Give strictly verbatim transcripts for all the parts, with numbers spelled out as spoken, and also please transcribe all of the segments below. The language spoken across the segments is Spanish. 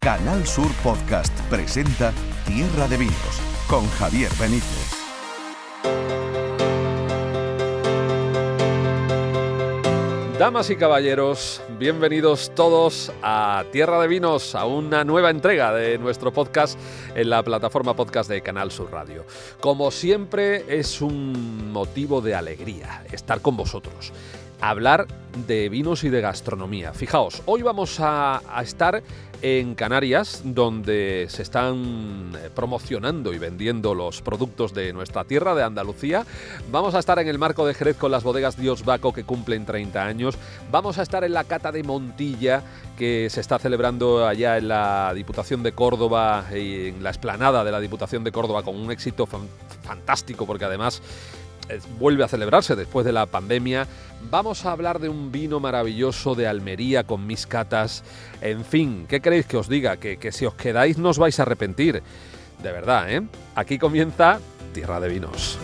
Canal Sur Podcast presenta Tierra de Vinos con Javier Benítez. Damas y caballeros, bienvenidos todos a Tierra de Vinos, a una nueva entrega de nuestro podcast en la plataforma podcast de Canal Sur Radio. Como siempre, es un motivo de alegría estar con vosotros, hablar de vinos y de gastronomía. Fijaos, hoy vamos a, a estar en Canarias, donde se están promocionando y vendiendo los productos de nuestra tierra, de Andalucía. Vamos a estar en el marco de Jerez con las bodegas Dios Baco, que cumplen treinta años. Vamos a estar en la cata de Montilla, que se está celebrando allá en la Diputación de Córdoba, y en la explanada de la Diputación de Córdoba, con un éxito fan- fantástico, porque además vuelve a celebrarse después de la pandemia. Vamos a hablar de un vino maravilloso de Almería con mis catas. En fin, ¿qué queréis que os diga? Que, que si os quedáis no os vais a arrepentir. De verdad, ¿eh? Aquí comienza Tierra de Vinos.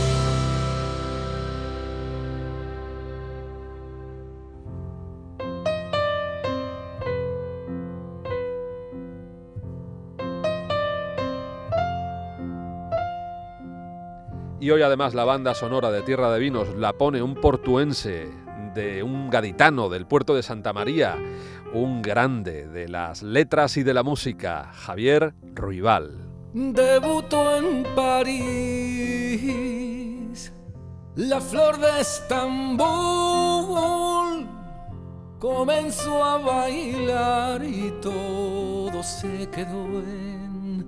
Y hoy además la banda sonora de Tierra de Vinos la pone un portuense, de un gaditano del puerto de Santa María, un grande de las letras y de la música, Javier Ruibal. Debutó en París la flor de Estambul, comenzó a bailar y todo se quedó en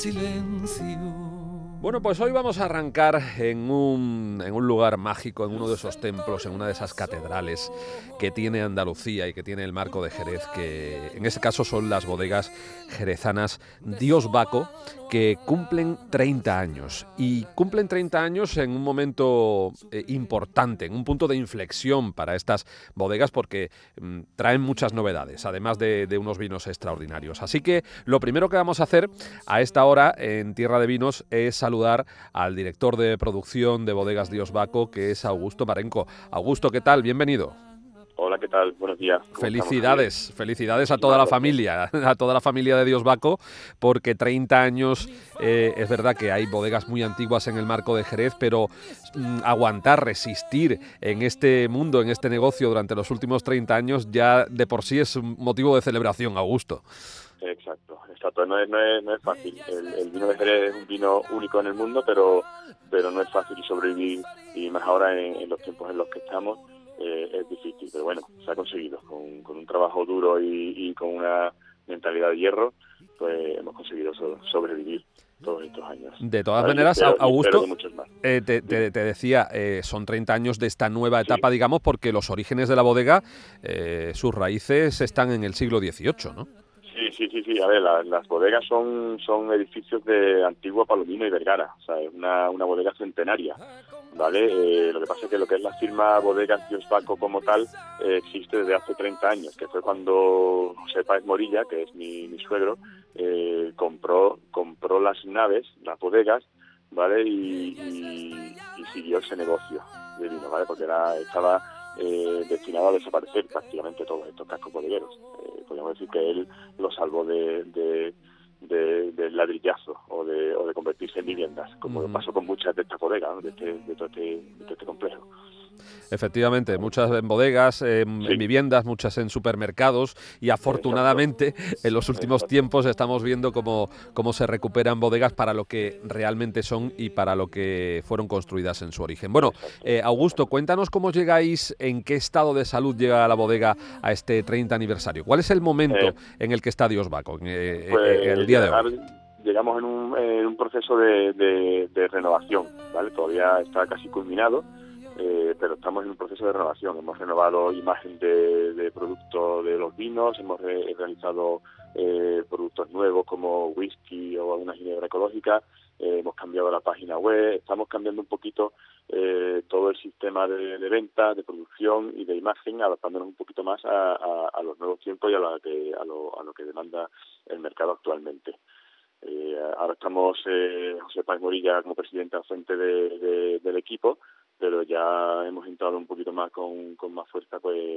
silencio. Bueno, pues hoy vamos a arrancar en un, en un lugar mágico, en uno de esos templos, en una de esas catedrales que tiene Andalucía y que tiene el marco de Jerez, que en este caso son las bodegas jerezanas Dios Baco, que cumplen treinta años. Y cumplen treinta años en un momento eh, importante, en un punto de inflexión para estas bodegas, porque mm, traen muchas novedades, además de, de unos vinos extraordinarios. Así que lo primero que vamos a hacer a esta hora en Tierra de Vinos es saludar al director de producción de Bodegas Dios Baco, que es Augusto Marenco. Augusto, ¿qué tal? Bienvenido. Hola, ¿qué tal? Buenos días. Felicidades, felicidades a toda la familia, a toda la familia de Dios Baco, porque treinta años, eh, es verdad que hay bodegas muy antiguas en el marco de Jerez, pero mm, aguantar, resistir en este mundo, en este negocio durante los últimos treinta años, ya de por sí es un motivo de celebración, Augusto. Exacto, exacto. No es, no es, no es fácil. El, el vino de Jerez es un vino único en el mundo, pero, pero no es fácil sobrevivir, y más ahora en, en los tiempos en los que estamos. Eh, es difícil, pero bueno, se ha conseguido con, con un trabajo duro y, y con una mentalidad de hierro, pues hemos conseguido so, sobrevivir todos estos años. De todas ¿Vale? maneras, espero, Augusto, eh, te, sí. te, te decía, eh, son treinta años de esta nueva etapa, sí, digamos, porque los orígenes de la bodega, eh, sus raíces están en el siglo dieciocho, ¿no? Sí, sí, sí, sí. A ver, la, las bodegas son son edificios de Antigua, Palomino y Vergara. O sea, es una, una bodega centenaria, ¿vale? Eh, lo que pasa es que lo que es la firma Bodegas Dios Baco como tal eh, existe desde hace treinta años, que fue cuando José Páez Morilla, que es mi, mi suegro, eh, compró compró las naves, las bodegas, ¿vale? Y, y, y siguió ese negocio de vino, ¿vale? Porque era estaba eh, destinado a desaparecer prácticamente todos estos cascos bodegueros. Eh, podríamos decir que él lo salvó de, de, de, de ladrillazo o de, o de convertirse en viviendas, como mm. pasó con muchas de estas bodegas, ¿no? de, este, de, todo este, de todo este complejo. Efectivamente, muchas en bodegas, eh, sí. en viviendas, muchas en supermercados, y afortunadamente Exacto. en los últimos Exacto. tiempos estamos viendo cómo, cómo se recuperan bodegas para lo que realmente son y para lo que fueron construidas en su origen. Bueno, eh, Augusto, cuéntanos cómo llegáis, en qué estado de salud llega la bodega a este treinta aniversario. ¿Cuál es el momento eh, en el que está Dios Baco, en, eh, pues, el día de hoy? Llegamos en un, en un proceso de, de, de renovación, ¿vale? Todavía está casi culminado. Eh, pero estamos en un proceso de renovación. Hemos renovado imagen de, de producto de los vinos, hemos re- realizado eh, productos nuevos como whisky o alguna ginebra ecológica, eh, hemos cambiado la página web, estamos cambiando un poquito eh, todo el sistema de, de venta, de producción y de imagen, adaptándonos un poquito más a, a, a los nuevos tiempos y a lo que, a lo, a lo que demanda el mercado actualmente. Eh, ahora estamos, eh, José Páez Morilla como presidente al frente de, de, del equipo, pero ya hemos entrado un poquito más con, con más fuerza pues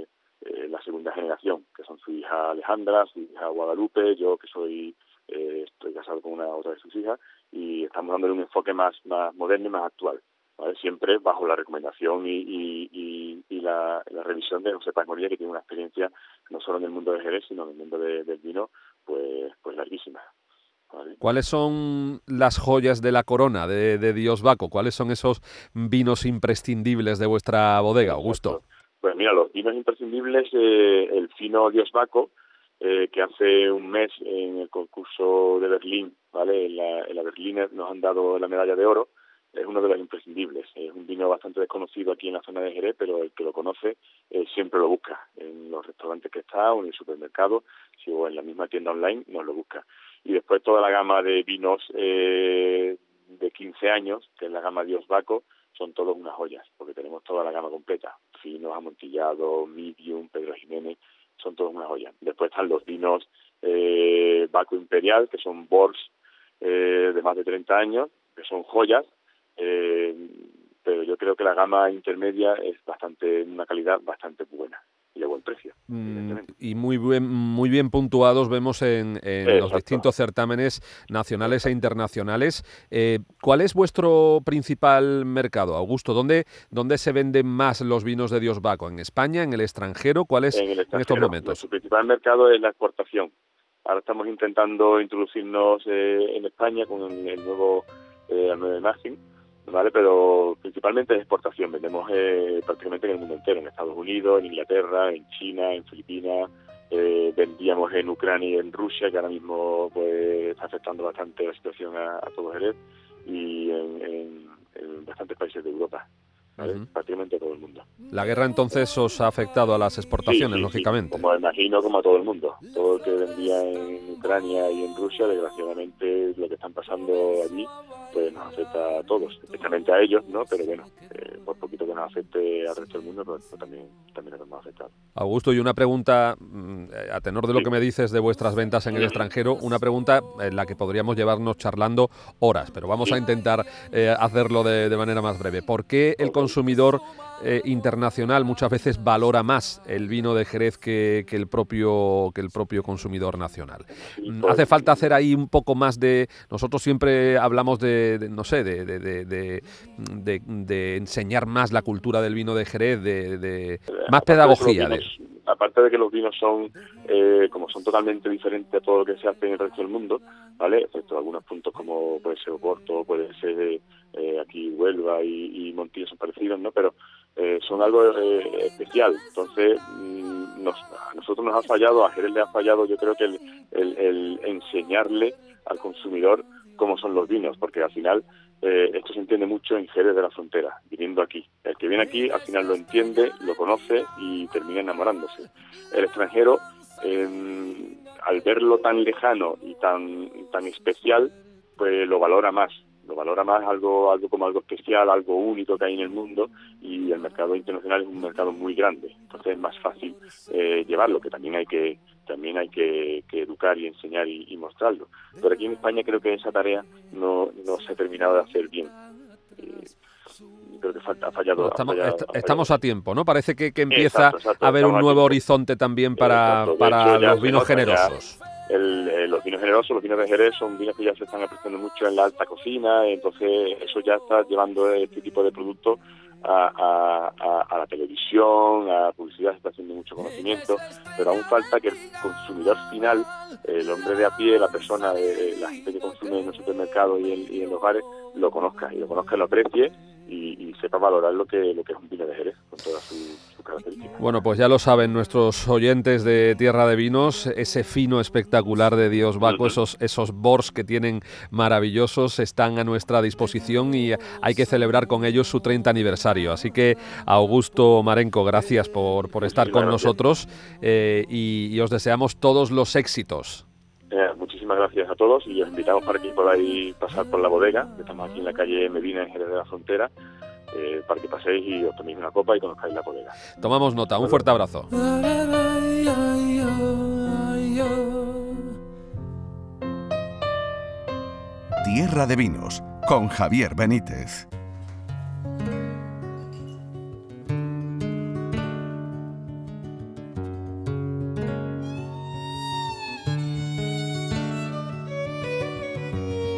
eh, la segunda generación, que son su hija Alejandra, su hija Guadalupe, yo que soy eh, estoy casado con una otra de sus hijas, y estamos dándole un enfoque más, más moderno y más actual, ¿vale? Siempre bajo la recomendación y, y, y, y la, la revisión de José Paz Morilla, que tiene una experiencia no solo en el mundo de Jerez, sino en el mundo de, del vino, pues, pues larguísima. ¿Vale? ¿Cuáles son las joyas de la corona de, de Dios Baco? ¿Cuáles son esos vinos imprescindibles de vuestra bodega, Augusto? Pues mira, los vinos imprescindibles, eh, el fino Dios Baco, eh, que hace un mes en el concurso de Berlín, ¿vale? En la, en la Berliner nos han dado la medalla de oro, es uno de los imprescindibles. Es un vino bastante desconocido aquí en la zona de Jerez, pero el que lo conoce eh, siempre lo busca. En los restaurantes que está, o en el supermercado, si, o en la misma tienda online, nos lo busca. Y después toda la gama de vinos eh, de quince años, que es la gama Dios Baco, son todos unas joyas, porque tenemos toda la gama completa. Finos, amontillados, medium, Pedro Jiménez, son todos unas joyas. Después están los vinos eh, Baco Imperial, que son Bors eh, de más de treinta años, que son joyas, eh, pero yo creo que la gama intermedia es bastante una calidad bastante buena y de buen precio. Mm, y muy bien, muy bien puntuados vemos en, en los distintos certámenes nacionales e internacionales. Eh, ¿Cuál es vuestro principal mercado, Augusto? ¿Dónde, ¿Dónde se venden más los vinos de Dios Baco? ¿En España, en el extranjero? ¿Cuál es en, el extranjero, en estos momentos? Nuestro principal mercado es la exportación. Ahora estamos intentando introducirnos eh, en España con el, el nuevo eh, la nueva imagen, ¿vale? Pero principalmente es exportación. Vendemos eh, prácticamente en el mundo entero, en Estados Unidos, en Inglaterra, en China, en Filipinas, eh, vendíamos en Ucrania y en Rusia, que ahora mismo pues está afectando bastante la situación a, a todo Jerez, y en, en, en bastantes países de Europa, ¿vale? Uh-huh. Prácticamente a todo el mundo. La guerra entonces os ha afectado a las exportaciones, sí, sí, lógicamente. Sí, como imagino, como a todo el mundo. Todo el que vendía en Ucrania y en Rusia, desgraciadamente lo que están pasando allí, pues nos afecta a todos, especialmente a ellos, ¿no? Pero bueno, eh, por poquito que nos afecte al resto del mundo, pues, pues también, también nos va a afectar. Augusto, y una pregunta, a tenor de lo sí. que me dices de vuestras ventas en el extranjero, una pregunta en la que podríamos llevarnos charlando horas, pero vamos sí. a intentar eh, hacerlo de, de manera más breve. ¿Por qué el consumidor eh, internacional muchas veces valora más el vino de Jerez que, que el propio que el propio consumidor nacional? Sí, pues, ¿Hace falta hacer ahí un poco más de... Nosotros siempre hablamos de, de no sé, de, de, de, de, de, de enseñar más la cultura del vino de Jerez, de, de más pedagogía. De vinos, de... Aparte de que los vinos son, eh, como son totalmente diferentes a todo lo que se hace en el resto del mundo, ¿vale? Excepto algunos puntos como puede ser Oporto, puede ser eh, aquí Huelva y, y Montilla son parecidos, ¿no? Pero eh, son algo eh, especial. Entonces, mmm, nos, a nosotros nos ha fallado, a Jerez le ha fallado, yo creo que el, el, el enseñarle al consumidor cómo son los vinos, porque al final eh, esto se entiende mucho en Jerez de la Frontera, viniendo aquí. El que viene aquí al final lo entiende, lo conoce y termina enamorándose. El extranjero, eh, al verlo tan lejano y tan tan especial, pues lo valora más. Lo valora más algo algo como algo especial, algo único que hay en el mundo, y el mercado internacional es un mercado muy grande, entonces es más fácil eh, llevarlo, que también hay que también hay que, que educar y enseñar y, y mostrarlo. Pero aquí en España creo que esa tarea no, no se ha terminado de hacer bien. Eh, creo que falta, ha fallado, estamos, ha fallado, est- ha fallado. estamos a tiempo, ¿no? Parece que, que empieza exacto, exacto, a haber un nuevo a horizonte también para, exacto, para hecho, los vinos generosos. Ya, El, eh, los vinos generosos, los vinos de Jerez son vinos que ya se están apreciando mucho en la alta cocina, entonces eso ya está llevando este tipo de productos a, a, a, a la televisión, a la publicidad, se está haciendo mucho conocimiento, pero aún falta que el consumidor final, el hombre de a pie, la persona, eh, la gente que consume en el supermercado y en, y en los bares, lo conozca, y lo conozca, lo aprecie y, y sepa valorar lo que, lo que es un vino de Jerez, con todas sus su características. Bueno, pues ya lo saben nuestros oyentes de Tierra de Vinos, ese fino espectacular de Dios Baco, uh-huh. esos, esos bors que tienen maravillosos, están a nuestra disposición y hay que celebrar con ellos su treinta aniversario. Así que, Augusto Marenco, gracias por, por estar con gracias. nosotros eh, y, y os deseamos todos los éxitos. Eh, muchísimas gracias a todos y os invitamos para que podáis pasar por la bodega, que estamos aquí en la calle Medina, en Jerez de la Frontera, eh, para que paséis y os toméis una copa y conozcáis la bodega. Tomamos nota, un fuerte abrazo. Tierra de Vinos, con Javier Benítez.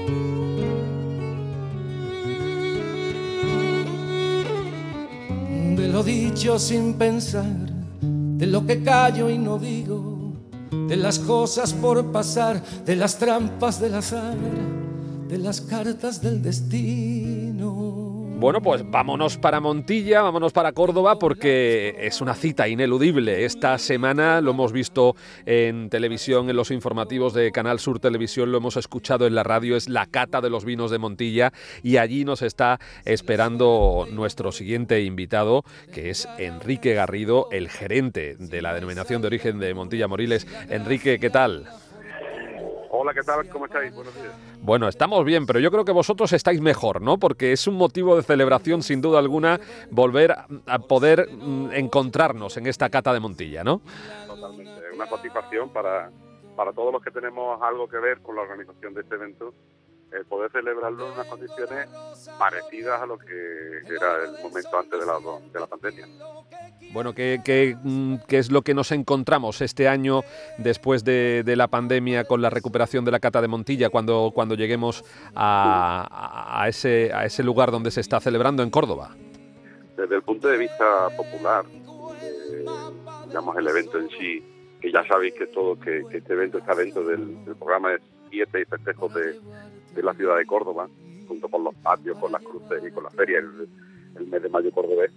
De lo dicho sin pensar, de lo que callo y no digo, de las cosas por pasar, de las trampas del azar, de las cartas del destino. Bueno, pues vámonos para Montilla, vámonos para Córdoba, porque es una cita ineludible. Esta semana lo hemos visto en televisión, en los informativos de Canal Sur Televisión, lo hemos escuchado en la radio, es la cata de los vinos de Montilla, y allí nos está esperando nuestro siguiente invitado, que es Enrique Garrido, el gerente de la denominación de origen de Montilla Moriles. Enrique, ¿qué tal? Hola, ¿qué tal? ¿Cómo estáis? Buenos días. Bueno, estamos bien, pero yo creo que vosotros estáis mejor, ¿no? Porque es un motivo de celebración, sin duda alguna, volver a poder mm, encontrarnos en esta cata de Montilla, ¿no? Totalmente. Es una satisfacción para, para todos los que tenemos algo que ver con la organización de este evento, el poder celebrarlo en unas condiciones parecidas a lo que era el momento antes de la, de la pandemia. Bueno, ¿qué, qué, ¿qué es lo que nos encontramos este año después de, de la pandemia con la recuperación de la cata de Montilla cuando, cuando lleguemos a, a, a, ese, a ese lugar donde se está celebrando en Córdoba? Desde el punto de vista popular, eh, digamos el evento en sí, que ya sabéis que todo que, que este evento está dentro del, del programa de fiestas y festejos de, de la ciudad de Córdoba, junto con los patios, con las cruces y con la feria, el, el mes de mayo cordobés.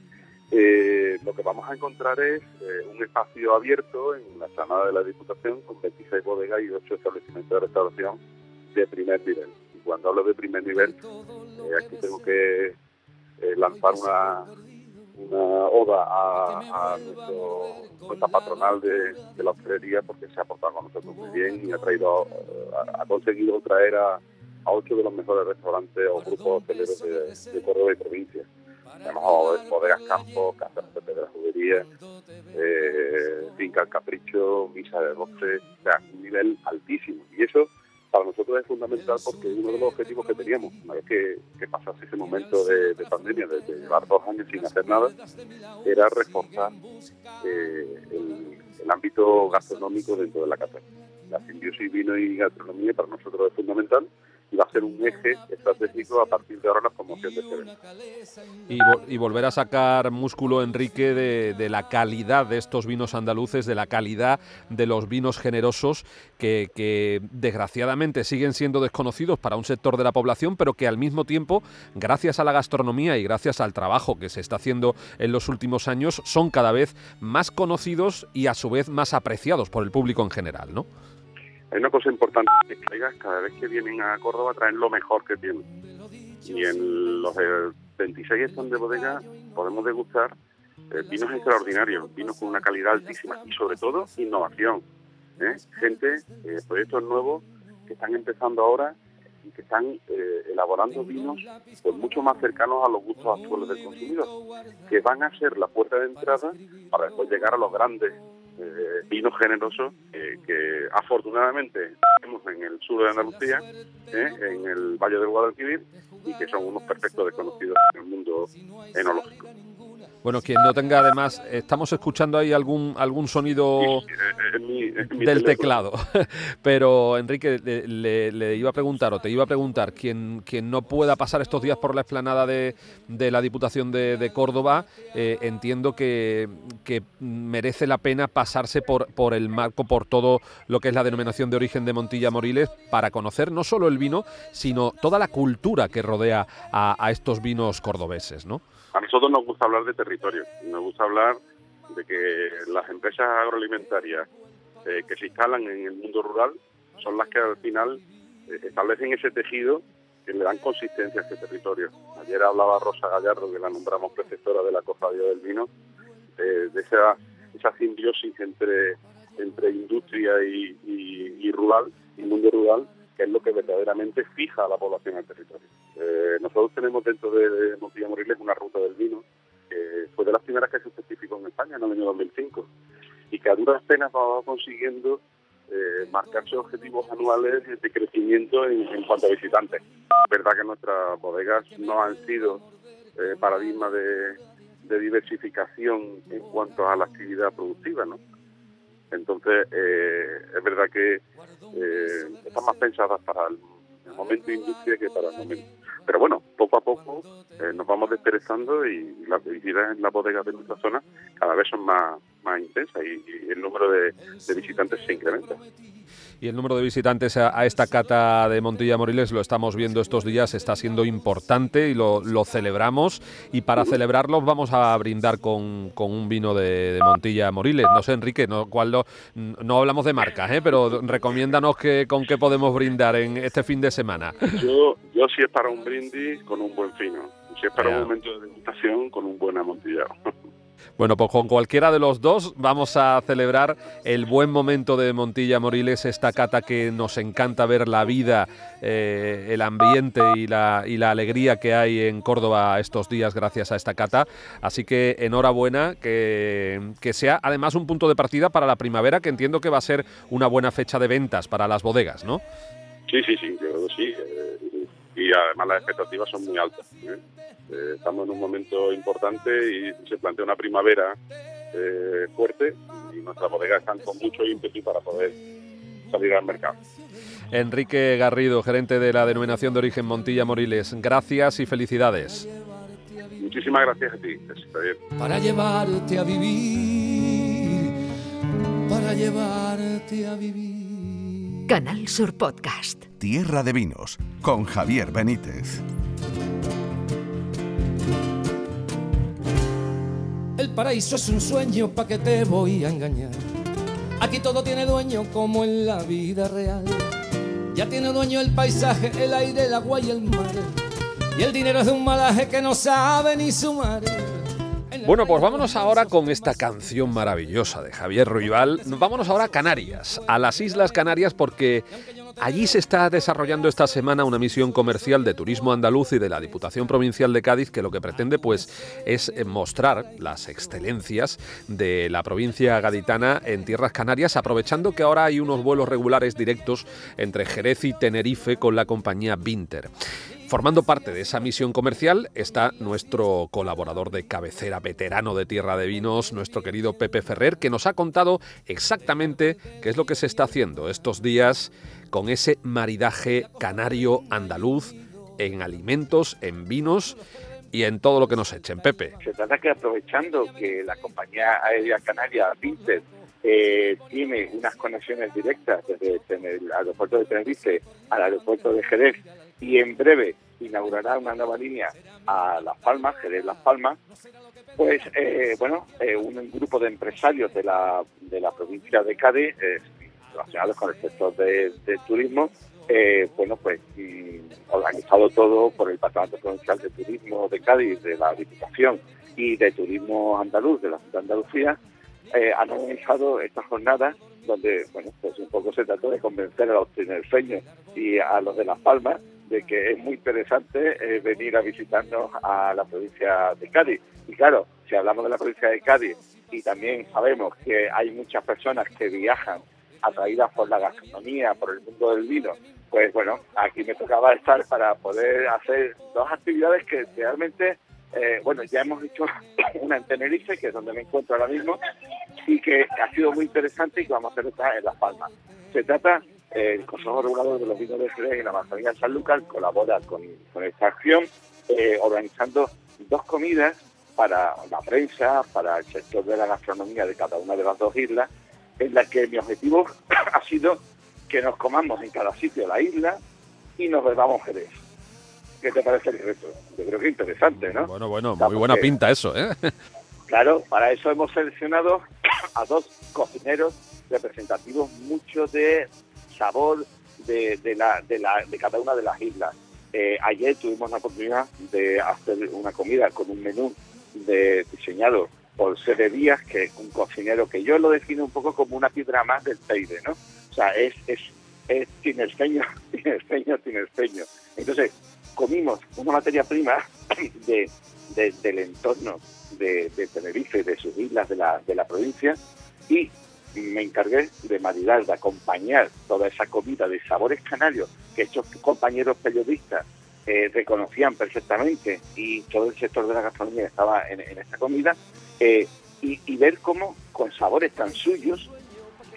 Eh, lo que vamos a encontrar es eh, un espacio abierto en la explanada de la Diputación con veintiséis bodegas y ocho establecimientos de restauración de primer nivel. Y cuando hablo de primer nivel, eh, aquí tengo que eh, lanzar una, una oda a, a nuestro, nuestra patronal de, de la hostelería, porque se ha portado con nosotros muy bien y ha traído ha, ha conseguido traer a, a ocho de los mejores restaurantes o grupos hosteleros de, de Córdoba y provincia. Tenemos bodegas Campos, Casa de la Judería, eh, Finca El Capricho, Misa de Doce, o sea, un nivel altísimo. Y eso para nosotros es fundamental porque uno de los objetivos que teníamos, una vez que, que pasase ese momento de, de pandemia, de, de llevar dos años sin hacer nada, era reforzar eh, el, el ámbito gastronómico dentro de la casa. La simbiosis vino y gastronomía para nosotros es fundamental, y va a ser un eje estratégico a partir de ahora la promoción de este evento. Y, vo- y volver a sacar músculo, Enrique, de, de la calidad de estos vinos andaluces, de la calidad de los vinos generosos que, que desgraciadamente siguen siendo desconocidos para un sector de la población, pero que al mismo tiempo, gracias a la gastronomía y gracias al trabajo que se está haciendo en los últimos años, son cada vez más conocidos y a su vez más apreciados por el público en general, ¿no? Hay una cosa importante, que traigas, cada vez que vienen a Córdoba traen lo mejor que tienen. Y en los eh, veintiséis stands de bodega podemos degustar eh, vinos extraordinarios, vinos con una calidad altísima y sobre todo innovación. ¿eh? Gente, eh, proyectos nuevos que están empezando ahora y que están eh, elaborando vinos pues mucho más cercanos a los gustos actuales del consumidor, que van a ser la puerta de entrada para después llegar a los grandes Eh, vinos generosos eh, que afortunadamente tenemos en el sur de Andalucía, eh, en el Valle del Guadalquivir, y que son unos perfectos desconocidos en el mundo enológico. Bueno, quien no tenga además, estamos escuchando ahí algún algún sonido Sí, sí, es mi, es mi del teléfono. teclado, pero Enrique, le, le, le iba a preguntar, o te iba a preguntar, quien, quien no pueda pasar estos días por la explanada de, de la Diputación de, de Córdoba, eh, entiendo que, que merece la pena pasarse por, por el marco, por todo lo que es la denominación de origen de Montilla Moriles, para conocer no solo el vino, sino toda la cultura que rodea a, a estos vinos cordobeses, ¿no? A nosotros nos gusta hablar de territorio, nos gusta hablar de que las empresas agroalimentarias eh, que se instalan en el mundo rural son las que al final eh, establecen ese tejido que le dan consistencia a ese territorio. Ayer hablaba Rosa Gallardo, que la nombramos preceptora de la Cofradía del Vino, eh, de esa, esa simbiosis entre, entre industria y, y, y rural, y mundo rural, que es lo que verdaderamente fija a la población al territorio. Eh, nosotros tenemos dentro de Montilla Moriles una ruta del vino, que fue de las primeras que se certificó en España en el año dos mil cinco, y que a duras penas va consiguiendo eh, marcarse objetivos anuales de crecimiento en, en cuanto a visitantes. Es verdad que nuestras bodegas no han sido eh, paradigma de, de diversificación en cuanto a la actividad productiva, ¿no? Entonces, eh, es verdad que eh, están más pensadas para el, momento industria que para el momento. Pero bueno, poco a poco eh, nos vamos desperezando y las visitas en las bodegas de nuestra zona cada vez son más, más intensas y, y el número de, de visitantes se incrementa. Y el número de visitantes a, a esta cata de Montilla Moriles, lo estamos viendo estos días, está siendo importante y lo, lo celebramos. Y para celebrarlo vamos a brindar con, con un vino de, de Montilla Moriles. No sé, Enrique, no, cuál lo, no hablamos de marcas, ¿eh? Pero recomiéndanos que, con qué podemos brindar en este fin de semana. Yo, yo si es para un brindis, con un buen fino. Si es para Ya. un momento de degustación, con un buen amontillado. Bueno, pues con cualquiera de los dos vamos a celebrar el buen momento de Montilla Moriles, esta cata que nos encanta ver la vida, eh, el ambiente y la, y la alegría que hay en Córdoba estos días gracias a esta cata. Así que enhorabuena, que, que sea además un punto de partida para la primavera, que entiendo que va a ser una buena fecha de ventas para las bodegas, ¿no? Sí, sí, sí, yo creo que sí. Eh, y además las expectativas son muy altas. ¿eh? Eh, estamos en un momento importante y se plantea una primavera eh, fuerte y nuestras bodegas están con mucho ímpetu para poder salir al mercado. Enrique Garrido, gerente de la denominación de origen Montilla Moriles, gracias y felicidades. Muchísimas gracias a ti, está bien. Para llevarte a vivir, para llevarte a vivir. Canal Sur Podcast. Tierra de Vinos, con Javier Benítez. El paraíso es un sueño, ¿pa' qué te voy a engañar? Aquí todo tiene dueño como en la vida real. Ya tiene dueño el paisaje, el aire, el agua y el mar. Y el dinero es de un malaje que no sabe ni sumar. Bueno, pues vámonos ahora con esta canción maravillosa de Javier Ruibal. Vámonos ahora a Canarias, a las Islas Canarias, porque allí se está desarrollando esta semana una misión comercial de Turismo Andaluz y de la Diputación Provincial de Cádiz, que lo que pretende pues es mostrar las excelencias de la provincia gaditana en tierras canarias, aprovechando que ahora hay unos vuelos regulares directos entre Jerez y Tenerife con la compañía Vinter. Formando parte de esa misión comercial está nuestro colaborador de cabecera, veterano de Tierra de Vinos, nuestro querido Pepe Ferrer, que nos ha contado exactamente qué es lo que se está haciendo estos días con ese maridaje canario-andaluz en alimentos, en vinos y en todo lo que nos echen. Pepe. Se trata que, aprovechando que la compañía aérea canaria Vinter eh, tiene unas conexiones directas desde el aeropuerto de Tenerife al aeropuerto de Jerez, y en breve inaugurará una nueva línea a Las Palmas, Jerez Las Palmas, pues eh, bueno, eh, un grupo de empresarios de la de la provincia de Cádiz, eh, relacionados con el sector de, de turismo, eh, bueno, pues mm, organizado todo por el Patronato Provincial de Turismo de Cádiz, de la Diputación, y de Turismo Andaluz, de la Junta de Andalucía, eh, han organizado esta jornada donde, bueno, pues un poco se trató de convencer a los tinerfeños y a los de Las Palmas de que es muy interesante eh, venir a visitarnos a la provincia de Cádiz. Y claro, si hablamos de la provincia de Cádiz y también sabemos que hay muchas personas que viajan atraídas por la gastronomía, por el mundo del vino, pues bueno, aquí me tocaba estar para poder hacer dos actividades que realmente, eh, bueno, ya hemos hecho una en Tenerife, que es donde me encuentro ahora mismo, y que ha sido muy interesante y que vamos a hacer otra en Las Palmas. Se trata... El Consejo Regulador de los Vinos de Jerez y la Manzanilla de Sanlúcar colabora con, con esta acción, eh, organizando dos comidas para la prensa, para el sector de la gastronomía de cada una de las dos islas, en la que mi objetivo ha sido que nos comamos en cada sitio de la isla y nos bebamos Jerez. ¿Qué te parece el reto? Yo creo que interesante, ¿no? Bueno, bueno, muy buena pinta eso, ¿eh? Claro, para eso hemos seleccionado a dos cocineros representativos mucho de sabor de, de, la, de, la, de cada una de las islas. Eh, ayer tuvimos la oportunidad de hacer una comida con un menú de, diseñado por Sede Díaz, que es un cocinero que yo lo defino un poco como una piedra más del Teide, ¿no? O sea, es, es, es tinerfeño, tinerfeño, tinerfeño. Entonces, comimos una materia prima de, de, del entorno de, de Tenerife, de sus islas, de la, de la provincia, y me encargué de maridar, de acompañar toda esa comida de sabores canarios que estos compañeros periodistas eh, reconocían perfectamente, y todo el sector de la gastronomía estaba en, en esta comida, eh, y, y ver cómo con sabores tan suyos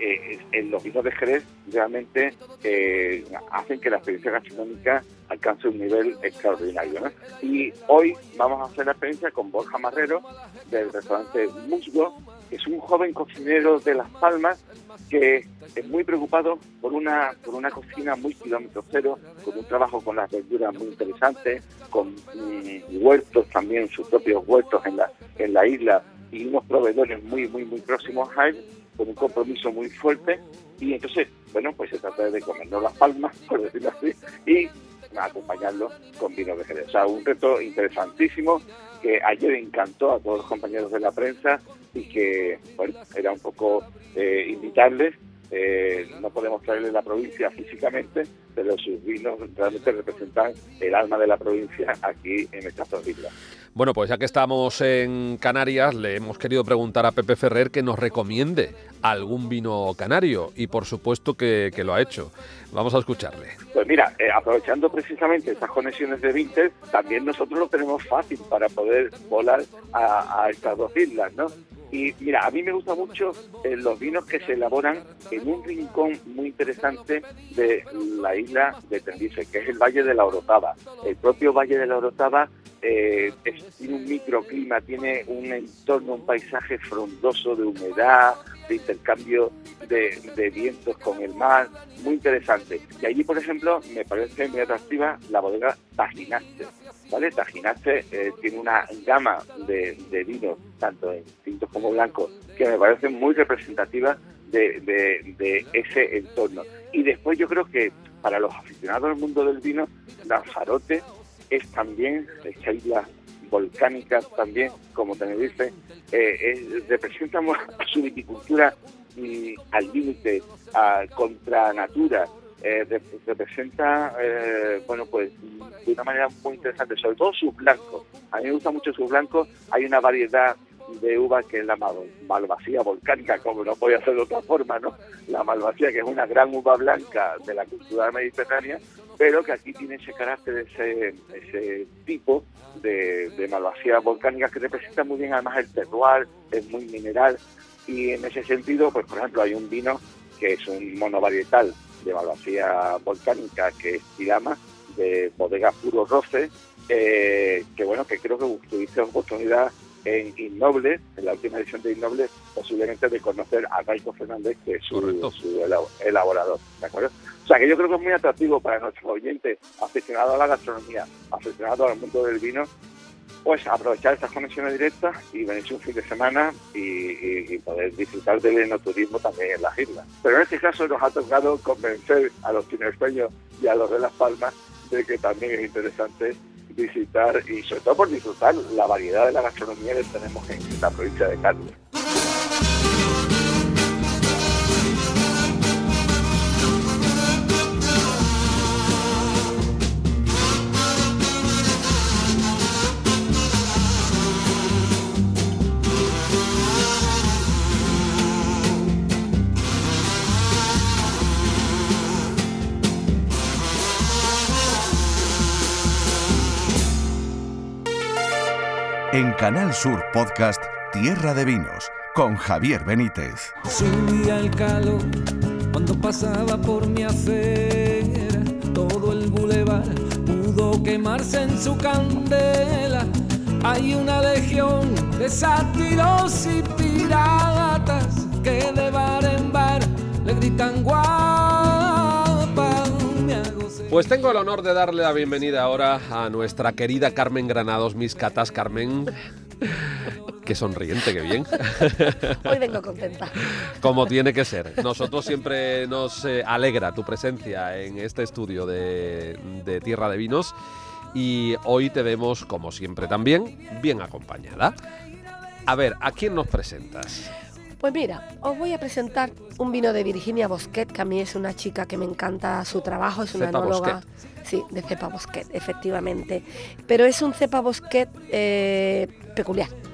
eh, en los vinos de Jerez realmente eh, hacen que la experiencia gastronómica alcance un nivel extraordinario, ¿no? Y hoy vamos a hacer la experiencia con Borja Marrero, del restaurante Musgo, que es un joven cocinero de Las Palmas que es muy preocupado por una por una cocina muy kilómetro cero, con un trabajo con las verduras muy interesante, con mm, huertos también, sus propios huertos en la en la isla, y unos proveedores muy muy muy próximos a él, con un compromiso muy fuerte. Y entonces, bueno, pues se trata de comernos Las Palmas, por decirlo así, y acompañarlo con vino de Jerez. O sea, un reto interesantísimo que ayer encantó a todos los compañeros de la prensa y que, bueno, era un poco eh, invitarles. Eh, no podemos traerle la provincia físicamente, pero sus vinos realmente representan el alma de la provincia aquí en estas dos islas. Bueno, pues ya que estamos en Canarias, le hemos querido preguntar a Pepe Ferrer que nos recomiende algún vino canario, y por supuesto que, que lo ha hecho. Vamos a escucharle. Pues mira, eh, aprovechando precisamente estas conexiones de Vinted, también nosotros lo tenemos fácil para poder volar a, a estas dos islas, ¿no? Y mira, a mí me gusta mucho eh, los vinos que se elaboran en un rincón muy interesante de la isla de Tenerife, que es el Valle de la Orotava. El propio Valle de la Orotava eh, es, tiene un microclima, tiene un entorno, un paisaje frondoso de humedad, de intercambio de, de vientos con el mar, muy interesante. Y allí, por ejemplo, me parece muy atractiva la bodega Tajinaste, ¿vale? Tajinaste eh, tiene una gama de, de vinos, tanto en tintos como blancos, que me parecen muy representativas de, de, de ese entorno. Y después yo creo que para los aficionados al mundo del vino, Lanzarote es también, esta isla volcánica también, como Tenerife, eh, eh, representa su viticultura mm, al límite, contra natura, eh, rep- representa, eh, bueno, pues de una manera muy interesante, sobre todo sus blancos. A mí me gusta mucho sus blancos. Hay una variedad de uva que es la mal- malvasía volcánica, como no podía ser de otra forma, ¿no? La malvasía, que es una gran uva blanca de la cultura mediterránea, pero que aquí tiene ese carácter, ese, ese tipo de, de malvasía volcánica que representa muy bien además el terroir, es muy mineral, y en ese sentido, pues por ejemplo, hay un vino que es un monovarietal de malvasía volcánica, que es Tirama, de bodega Puro Roce, eh, que bueno, que creo que tuviste oportunidad en Innoble, en la última edición de Innoble, posiblemente de conocer a Raico Fernández, que es su, su elaborador, ¿de acuerdo? O sea, que yo creo que es muy atractivo para nuestros oyentes aficionados a la gastronomía, aficionados al mundo del vino, pues aprovechar estas conexiones directas y venirse un fin de semana y, y, y poder disfrutar del enoturismo también en las islas. Pero en este caso nos ha tocado convencer a los tinerfeños y a los de Las Palmas de que también es interesante visitar, y sobre todo por disfrutar la variedad de la gastronomía que tenemos en la provincia de Cádiz. En Canal Sur Podcast, Tierra de Vinos, con Javier Benítez. Subía el calor cuando pasaba por mi acera. Todo el bulevar pudo quemarse en su candela. Hay una legión de sátiros y piratas que de bar en bar le gritan guapa. Me hago ser... Pues tengo el honor de darle la bienvenida ahora a nuestra querida Carmen Granados. Mis catas, Carmen. Qué sonriente, qué bien. Hoy vengo contenta. Como tiene que ser. Nosotros siempre nos eh, alegra tu presencia en este estudio de, de Tierra de Vinos, y hoy te vemos, como siempre también, bien acompañada. A ver, ¿a quién nos presentas? Pues mira, os voy a presentar un vino de Virginia Bosquet, que a mí es una chica que me encanta su trabajo, es una Cepa enóloga. Bosquet. Sí, de cepa Bosquet, efectivamente. Pero es un cepa Bosquet eh, peculiar.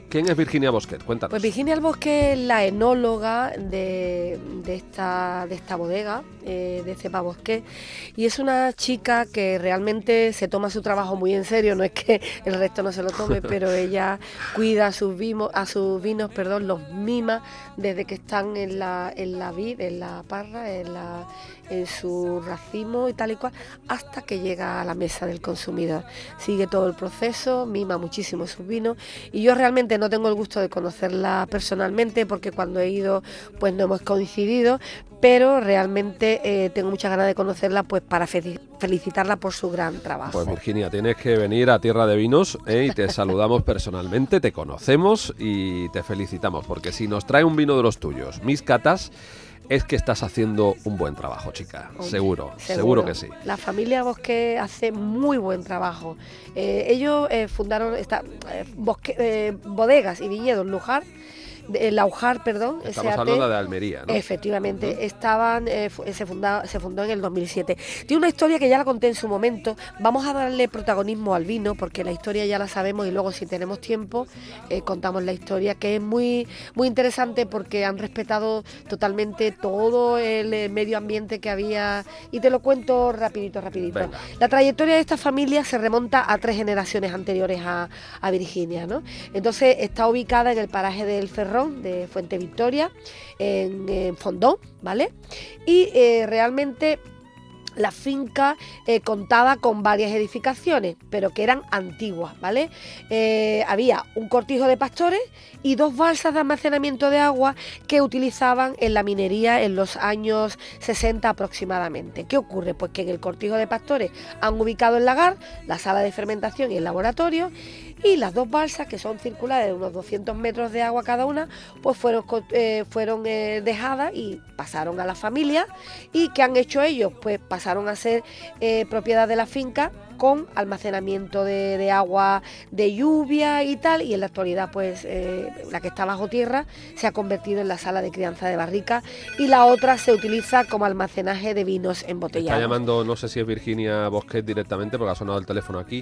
¿Quién es Virginia Bosquet? Cuéntanos. Pues Virginia Bosquet es la enóloga de, de, esta, de esta bodega, eh, de Cepa Bosquet, y es una chica que realmente se toma su trabajo muy en serio, no es que el resto no se lo tome, pero ella cuida a sus, vimo, a sus vinos, perdón, los mima desde que están en la, en la vid, en la parra, en, la, en su racimo y tal y cual, hasta que llega a la mesa del consumidor. Sigue todo el proceso, mima muchísimo sus vinos, y yo realmente no tengo el gusto de conocerla personalmente porque cuando he ido pues no hemos coincidido, pero realmente eh, tengo muchas ganas de conocerla pues para fe- felicitarla por su gran trabajo. Pues Virginia, tienes que venir a Tierra de Vinos ¿eh? y te saludamos personalmente, te conocemos y te felicitamos, porque si nos trae un vino de los tuyos, mis catas, es que estás haciendo un buen trabajo, chica. Hombre, seguro, seguro, seguro que sí. La familia Bosquet hace muy buen trabajo. Eh, ellos eh, fundaron esta, eh, Bosque, eh, bodegas y viñedos Lujar, de, Laujar, perdón. Estamos S A T, hablando de Almería, ¿no? Efectivamente, Uh-huh. estaban, eh, se, funda, se fundó en el dos mil siete. Tiene una historia que ya la conté en su momento. Vamos a darle protagonismo al vino porque la historia ya la sabemos y luego si tenemos tiempo eh, contamos la historia, que es muy, muy interesante porque han respetado totalmente todo el eh, medio ambiente que había, y te lo cuento rapidito, rapidito. Venga. La trayectoria de esta familia se remonta a tres generaciones anteriores a, a Virginia, ¿no? Entonces está ubicada en el paraje del Ferrón de Fuente Victoria, en, en Fondón, ¿vale? Y eh, realmente la finca eh, contaba con varias edificaciones, pero que eran antiguas, ¿vale? Eh, había un cortijo de pastores y dos balsas de almacenamiento de agua que utilizaban en la minería en los años sesenta aproximadamente. ¿Qué ocurre? Pues que en el cortijo de pastores han ubicado el lagar, la sala de fermentación y el laboratorio, y las dos balsas, que son circulares de unos doscientos metros de agua cada una, pues fueron, eh, fueron eh, dejadas y pasaron a la familia. ¿Y qué han hecho ellos? Pues pasaron a ser eh, propiedad de la finca, con almacenamiento de, de agua de lluvia y tal, y en la actualidad pues eh, la que está bajo tierra se ha convertido en la sala de crianza de barrica, y la otra se utiliza como almacenaje de vinos embotellados. Está llamando, no sé si es Virginia Bosquet directamente, porque ha sonado el teléfono aquí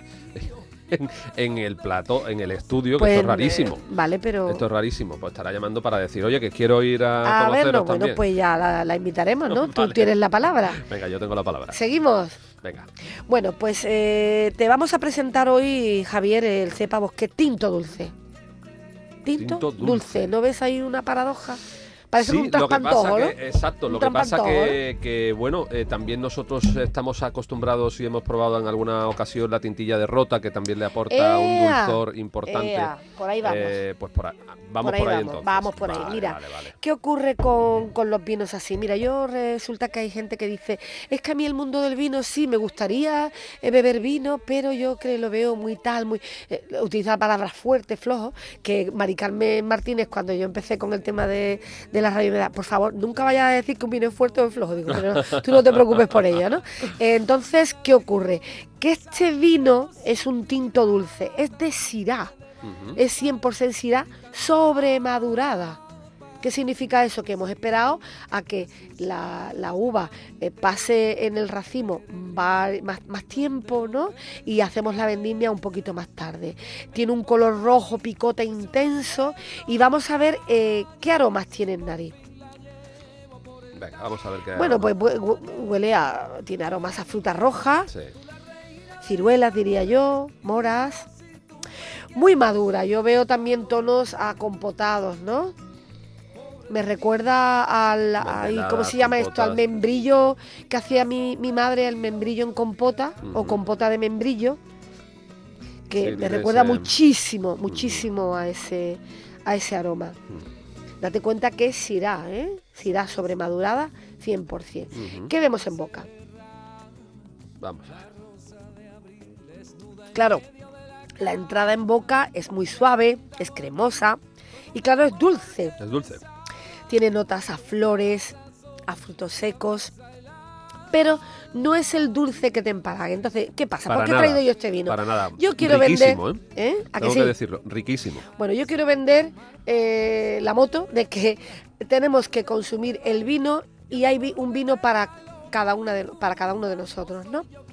en, en el plato, en el estudio, Pues, que esto es rarísimo. eh, vale, pero... Esto es rarísimo, pues estará llamando para decir, oye, que quiero ir a, A conoceros verlo, también. bueno, pues ya la, la invitaremos, ¿no? Vale. Tú tienes la palabra. Venga, yo tengo la palabra. ¿Seguimos? Venga. Bueno, pues eh, te vamos a presentar hoy, Javier, el Cepa Bosquet Tinto Dulce. Tinto, Tinto dulce. dulce. ¿No ves ahí una paradoja? Parece Sí, un lo que traspantojo, pasa ¿no? que, exacto, Un lo que pasa traspantojo, que, que bueno, eh, también nosotros estamos acostumbrados y hemos probado en alguna ocasión la tintilla de rota, que también le aporta un ¡Ea! dulzor importante. ¡Ea! Por ahí vamos. Eh, pues por ahí, vamos Por ahí por ahí, vamos, entonces. vamos por ahí. Vale, Mira, vale, vale. ¿qué ocurre con, con los vinos así? Mira, yo resulta que hay gente que dice, es que a mí el mundo del vino sí, me gustaría eh, beber vino, pero yo creo lo veo muy tal, muy eh, utilizar palabras fuertes, flojos, que Mari Carmen Martínez, cuando yo empecé con el tema de, de la radio, me da, por favor, nunca vayas a decir que un vino es fuerte o es flojo. Digo, pero no, tú no te preocupes por ello, ¿no? Eh, entonces, ¿qué ocurre? Que este vino es un tinto dulce, es de Syrah. Ujú. Es cien por ciento Syrah sobremadurada. ¿Qué significa eso? Que hemos esperado a que la, la uva eh, pase en el racimo va, más, más tiempo, ¿no? Y hacemos la vendimia un poquito más tarde. Tiene un color rojo, picota intenso, y vamos a ver eh, qué aromas tiene en nariz. Venga, vamos a ver qué. Bueno, pues hue- huele a... tiene aromas a fruta roja, Sí. ciruelas diría yo, moras, muy madura. Yo veo también tonos acompautados, ¿no? Me recuerda al, ay, ¿cómo se llama esto? Al compotas. membrillo que hacía mi, mi madre, el membrillo en compota, o Ujú. compota de membrillo, que Sí, me tiene recuerda ese- muchísimo, muchísimo a ese, a ese aroma. Mm. Date cuenta que es Syrah, ¿eh? Syrah sobremadurada, cien por ciento. Ujú. ¿Qué vemos en boca? Vamos a ver. Claro, la entrada en boca es muy suave, es cremosa y claro, es dulce. Es dulce. Tiene notas a flores, a frutos secos, pero no es el dulce que te empalague. Entonces, ¿qué pasa? Para ¿Por qué he nada, traído yo este vino? Para nada. Yo quiero Riquísimo, vender... ¿eh? ¿eh? ¿A que Tengo sí? que decirlo, riquísimo. Bueno, yo quiero vender eh, la moto de que tenemos que consumir el vino y hay vi- un vino para cada, una de, para cada uno de nosotros, ¿no?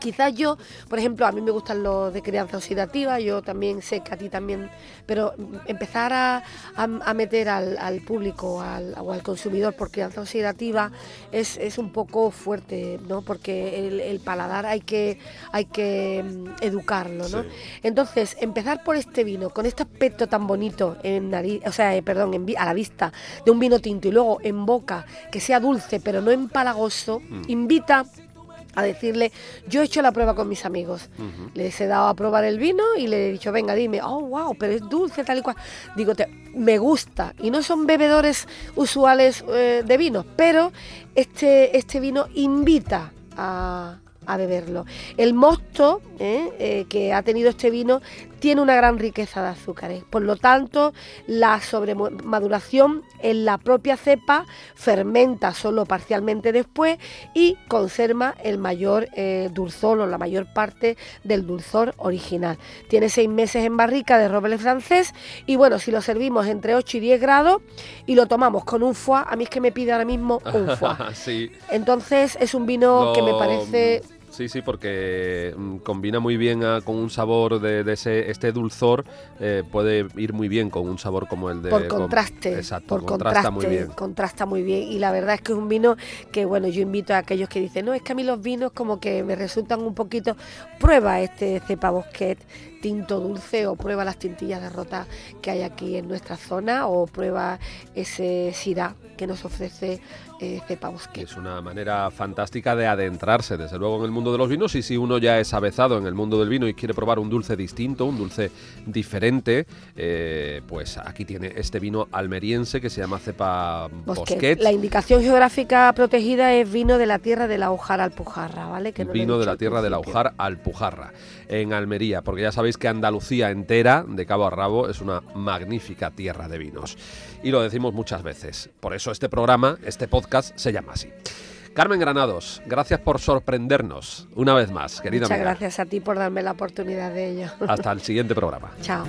Quizás yo, por ejemplo, a mí me gustan los de crianza oxidativa, yo también sé que a ti también, pero empezar a, a, a meter al, al público al, o al consumidor por crianza oxidativa es, es un poco fuerte, ¿no? Porque el, el paladar hay que, hay que educarlo, ¿no? Sí. Entonces, empezar por este vino, con este aspecto tan bonito en nariz, o sea, eh, perdón, en, a la vista de un vino tinto y luego en boca, que sea dulce pero no empalagoso, mm. invita a decirle, yo he hecho la prueba con mis amigos, uh-huh. les he dado a probar el vino y le he dicho, venga, dime, oh, wow, pero es dulce, tal y cual. Digo, te, me gusta, y no son bebedores usuales eh, de vino, pero este, este vino invita a, a beberlo. El mosto eh, eh, que ha tenido este vino tiene una gran riqueza de azúcares, por lo tanto la sobremaduración en la propia cepa fermenta solo parcialmente después y conserva el mayor eh, dulzor o la mayor parte del dulzor original. Tiene seis meses en barrica de roble francés y bueno, si lo servimos entre ocho y diez grados y lo tomamos con un foie, a mí es que me pide ahora mismo un foie. Sí. Entonces es un vino lo... que me parece... Sí, sí, porque mm, combina muy bien a, con un sabor de, de ese este dulzor, eh, puede ir muy bien con un sabor como el de... Por contraste, con, exacto, por contrasta contraste, muy bien. Contrasta muy bien y la verdad es que es un vino que, bueno, yo invito a aquellos que dicen, no, es que a mí los vinos como que me resultan un poquito... Prueba este cepa Bosquet tinto dulce o prueba las tintillas de rota que hay aquí en nuestra zona o prueba ese Syrah que nos ofrece eh, cepa Bosquet. Es una manera fantástica de adentrarse desde luego en el mundo de los vinos y si uno ya es avezado en el mundo del vino y quiere probar un dulce distinto, un dulce diferente, eh, pues aquí tiene este vino almeriense que se llama cepa Bosquet. Bosquet. La indicación geográfica protegida es vino de la tierra de la Ojara Alpujarra, ¿vale? Que no vino de la tierra de la Ojara Alpujarra, en Almería, porque ya sabéis que Andalucía entera, de cabo a rabo, es una magnífica tierra de vinos. Y lo decimos muchas veces. Por eso este programa, este podcast, se llama así. Carmen Granados, gracias por sorprendernos una vez más, querida Muchas amiga. Gracias a ti por darme la oportunidad de ello. Hasta el siguiente programa. Chao.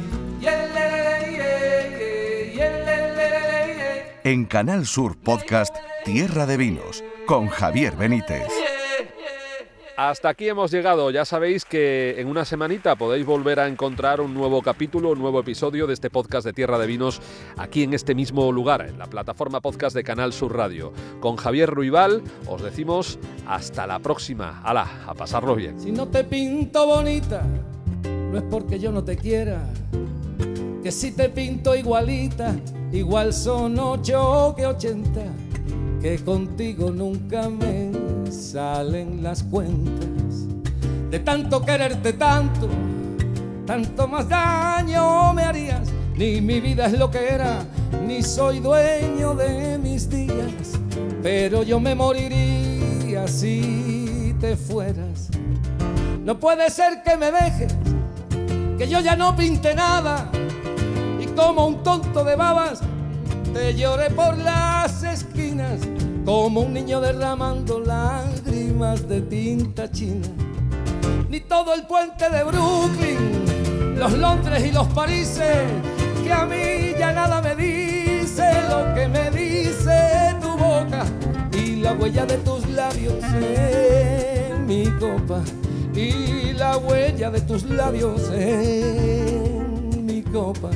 En Canal Sur Podcast, Tierra de Vinos, con Javier Benítez. Hasta aquí hemos llegado. Ya sabéis que en una semanita podéis volver a encontrar un nuevo capítulo, un nuevo episodio de este podcast de Tierra de Vinos aquí en este mismo lugar, en la plataforma podcast de Canal Sur Radio. Con Javier Ruibal os decimos hasta la próxima. ¡Hala! A pasarlo bien. Si no te pinto bonita, no es porque yo no te quiera. Que si te pinto igualita, igual son ocho que ochenta. Que contigo nunca me salen las cuentas. De tanto quererte tanto, tanto más daño me harías. Ni mi vida es lo que era, ni soy dueño de mis días. Pero yo me moriría si te fueras. No puede ser que me dejes, que yo ya no pinte nada. Y como un tonto de babas te lloré por las esquinas, como un niño derramando lágrimas de tinta china. Ni todo el puente de Brooklyn, los Londres y los Parises, que a mí ya nada me dice lo que me dice tu boca y la huella de tus labios en mi copa, y la huella de tus labios en mi copa.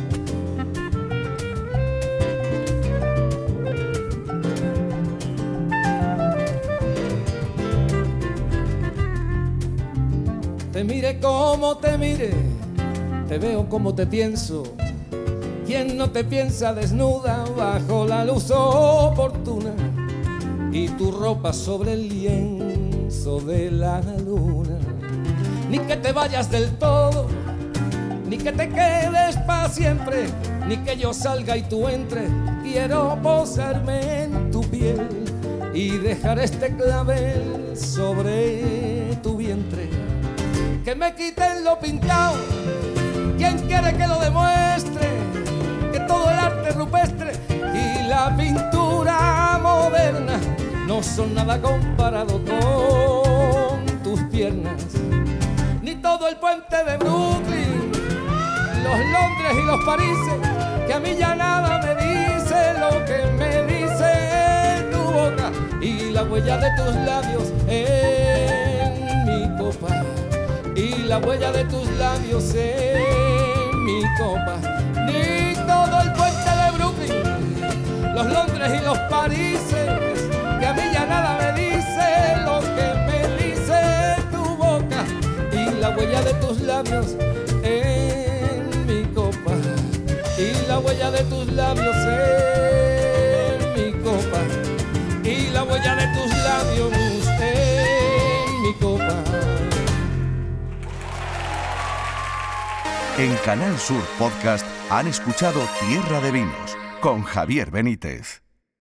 Te mire como te mire, te veo como te pienso. ¿Quién no te piensa desnuda bajo la luz oportuna? Y tu ropa sobre el lienzo de la luna. Ni que te vayas del todo, ni que te quedes para siempre, ni que yo salga y tú entres. Quiero posarme en tu piel y dejar este clavel sobre tu vientre. Que me quiten lo pintado, ¿quién quiere que lo demuestre? Que todo el arte rupestre y la pintura moderna no son nada comparado con tus piernas. Ni todo el puente de Brooklyn, los Londres y los Parises, que a mí ya nada me dice lo que me dice tu boca y la huella de tus labios en mi copa. la huella de tus labios en mi copa. Ni todo el puente de Brooklyn, los Londres y los Parises, que a mí ya nada me dice lo que me dice tu boca. Y la huella de tus labios en mi copa. Y la huella de tus labios en mi copa. Y la huella de tus labios en mi copa. En Canal Sur Podcast han escuchado Tierra de Vinos con Javier Benítez.